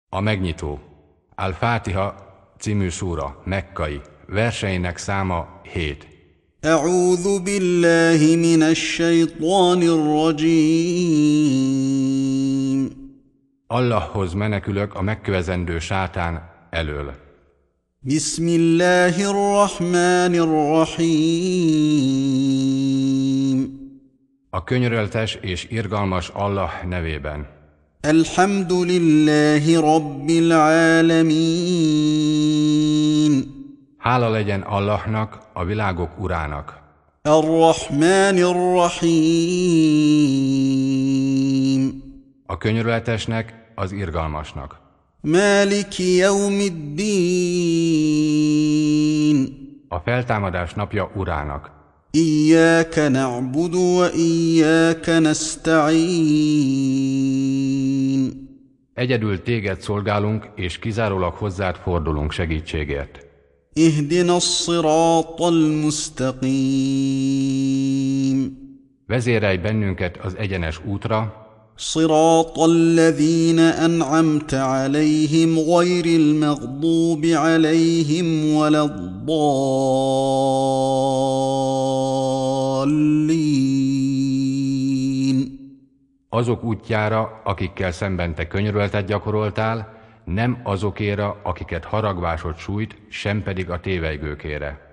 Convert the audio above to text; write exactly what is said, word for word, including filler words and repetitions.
A megnyitó. Al-Fátiha című súra, mekkai, verseinek száma hét. أعوذ بالله من الشيطان الرجيم Allahhoz menekülök a megkövezendő sátán elől. بسم الله الرحمن الرحيم A könyöröltes és irgalmas Allah nevében. الحمد لله رب العالمين Hála legyen Allahnak, a világok urának. الرحمن الرحيم A könyörületesnek, az irgalmasnak. مالك يوم الدين A feltámadás napja urának. إياك نعبد وإياك نستعين Egyedül téged szolgálunk, és kizárólag hozzád fordulunk segítségért. اهدنا الصراط المستقيم Vezérelj bennünket az egyenes útra, صراط الذين أنعمت عليهم غير المغضوب عليهم ولا الضالين azok útjára, akikkel szemben te könyörületet gyakoroltál, nem azokéra, akiket haragvásod sújt, sem pedig a tévejgőkére.